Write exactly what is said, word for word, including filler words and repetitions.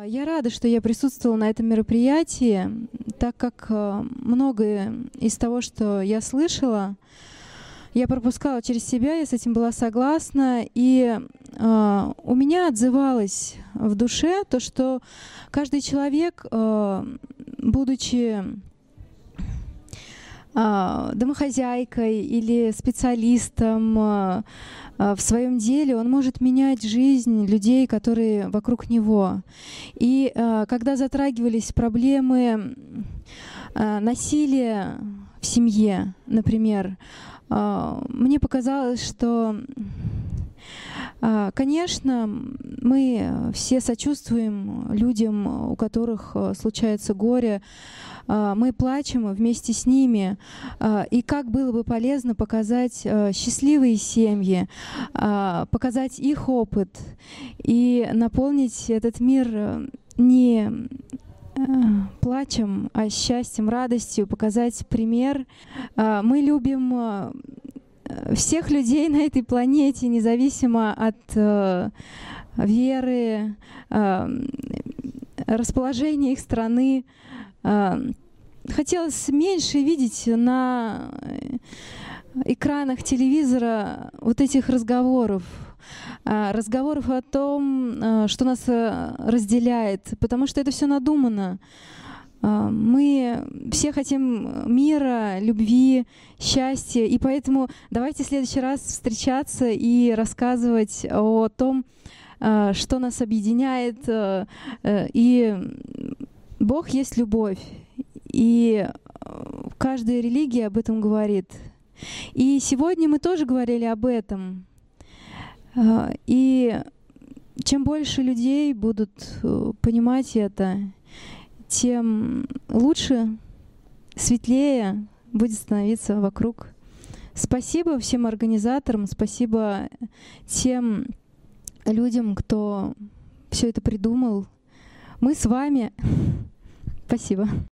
Я рада, что я присутствовала на этом мероприятии, так как многое из того, что я слышала, я пропускала через себя, я с этим была согласна, и э, у меня отзывалось в душе то, что каждый человек, э, будучи э, домохозяйкой или специалистом э, в своем деле, он может менять жизнь людей, которые вокруг него. И э, когда затрагивались проблемы э, насилия в семье, например, мне показалось, что, конечно, мы все сочувствуем людям, у которых случается горе, мы плачем вместе с ними, и как было бы полезно показать счастливые семьи, показать их опыт и наполнить этот мир не плачем, а счастьем, радостью, показать пример. Мы любим всех людей на этой планете, независимо от веры, расположения их страны. Хотелось меньше видеть на экранах телевизора вот этих разговоров, разговоров о том, что нас разделяет, потому что это все надумано. Мы все хотим мира, любви, счастья, и поэтому давайте в следующий раз встречаться и рассказывать о том, что нас объединяет. И Бог есть любовь, и каждая религия об этом говорит. И сегодня мы тоже говорили об этом. И чем больше людей будут понимать это, тем лучше, светлее будет становиться вокруг. Спасибо всем организаторам, спасибо тем людям, кто все это придумал. Мы с вами. Спасибо.